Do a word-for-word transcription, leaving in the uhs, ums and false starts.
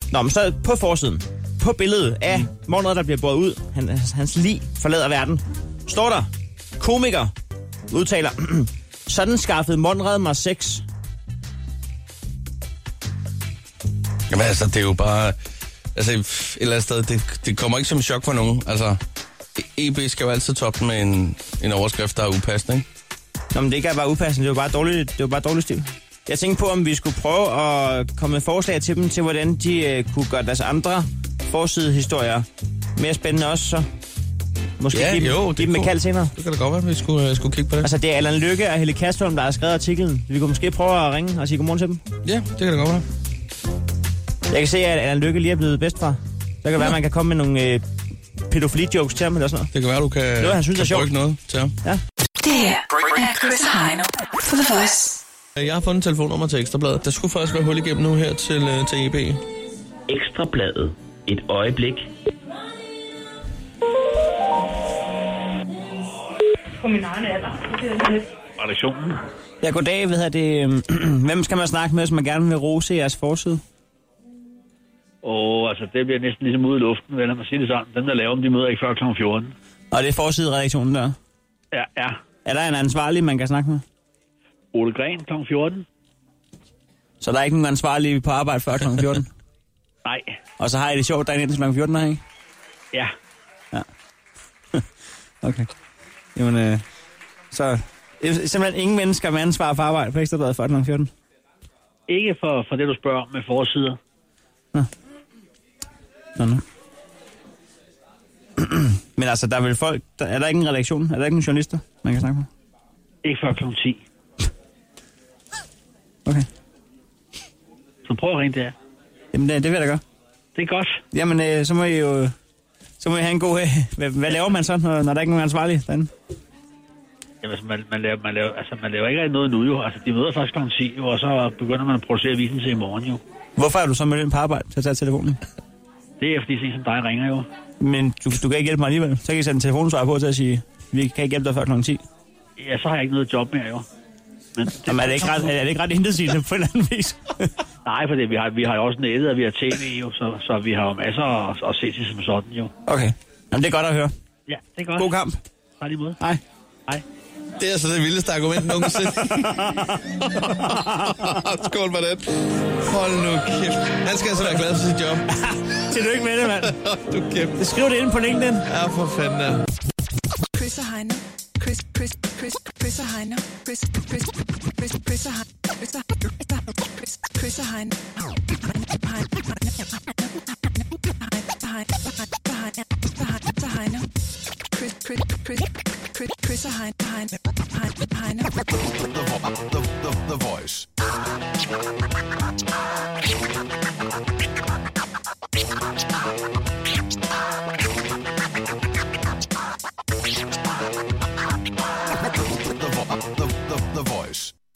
Nå, men så på forsiden, på billedet af Monrad, der bliver båret ud, han, hans lig forlader verden, står der, komiker udtaler, sådan skaffede Monrad mig sex. Jamen altså, det er jo bare... Altså, et eller andet sted, det, det kommer ikke som chok for nogen. Altså, E B skal jo altid toppe med en, en overskrift, der er upassende, ikke? Nå, men det ikke er bare upassende, det var bare dårligt, det var bare dårlig stil. Jeg tænkte på, om vi skulle prøve at komme med forslag til dem, til hvordan de uh, kunne gøre deres andre forsidehistorier mere spændende også, så måske ja, give, jo, give dem med kald senere. Det kan da godt være, at vi skulle, uh, skulle kigge på det. Altså, det er Allan Lykke og Helle Kastholm, der har skrevet artiklen. Vi kunne måske prøve at ringe og sige godmorgen til dem. Ja, det kan da godt være. Jeg kan se, at Allan Lykke lige er blevet bedstfar. Så kan det være, at man kan komme med nogle øh, pædofili-jokes til ham eller sådan noget. Det kan være, du kan, det var, han synes, kan er sjovt. brygge noget til ham. Ja. Det her er Chris og Heino for The Voice. Jeg har fundet en telefonnummer til Ekstrabladet. Der skulle faktisk være hul igennem nu her til, uh, til E B. Ekstrabladet. Et øjeblik. På min egen alder. Redaktionen. Ja, goddag. Hvad hedder det? Hvem skal man snakke med, hvis man gerne vil rose jeres forside? Og altså, det bliver næsten ligesom ude i luften, vel, lad mig sige det sådan. Dem, der laver dem, de møder ikke før klokken fjorten. Og det er forsideredaktionen der? Ja, ja. Er der en ansvarlig, man kan snakke med? Ole Gren klokken fjorten. Så der er ikke nogen ansvarlig på arbejde før klokken fjorten? Nej. Og så har I det sjovt derinde indtil klokken fjorten, her, ikke? Ja. Ja. Okay. Jamen, øh, så... Det er simpelthen ingen mennesker med ansvar for arbejde på Ekstrabladet før klokken fjorten? Ikke for, for det, du spørger med forsider. Nå. Nå, nå. Men altså, der er vel folk... Der, er der ikke en redaktion? Er der ikke en journalister, man kan snakke med? Ikke før klokken ti. Okay. Så prøv at ringe der. Jamen, det, det vil jeg da gøre. Det er godt. Jamen, øh, så må I jo... Så må I have en god... Øh, hvad, hvad laver man så, når, når der ikke er nogen ansvarlige derinde? Jamen, altså, man, man, laver, man, laver, altså, man laver ikke rigtig noget nu, jo. Altså, de møder først klokken ti, jo, og så begynder man at producere avisen til i morgen, jo. Hvorfor er du så med ind på arbejde til at tage telefonen? Det er, fordi sådan en som dig ringer, jo. Men du, du kan ikke hjælpe mig alligevel. Så kan I sætte en telefonsvar på til at sige, vi kan ikke hjælpe dig før klokken ti. Ja, så har jeg ikke noget job mere, jo. Men det, Jamen, er det ikke ret, er det ikke ret intetsigende på en eller anden vis? Nej, for det, vi har, vi har jo også nettet, og vi har tv, jo, så, så vi har jo masser at, at se til som sådan, jo. Okay. Jamen, det er godt at høre. Ja, det er godt. God kamp. Hej lige måde. Hej. Hej. Det er altså det vildeste argument nogensinde. Skål for det. Hold nu kæft. Han skal altså være glad for sit job. Tillykke med det, mand. Du kæft. Skriv det ind på LinkedIn. Ja, for fanden ja. Chris og Heino. Chris, Chris, Chris, Chris og Heino. Chris, Chris, Chris, Chris og Heino. Chris og Chris, Chris og Heino. Heino. Chris, Chris, Chris, Chris, Chris og Heino. Heino. The, the, the, the Voice.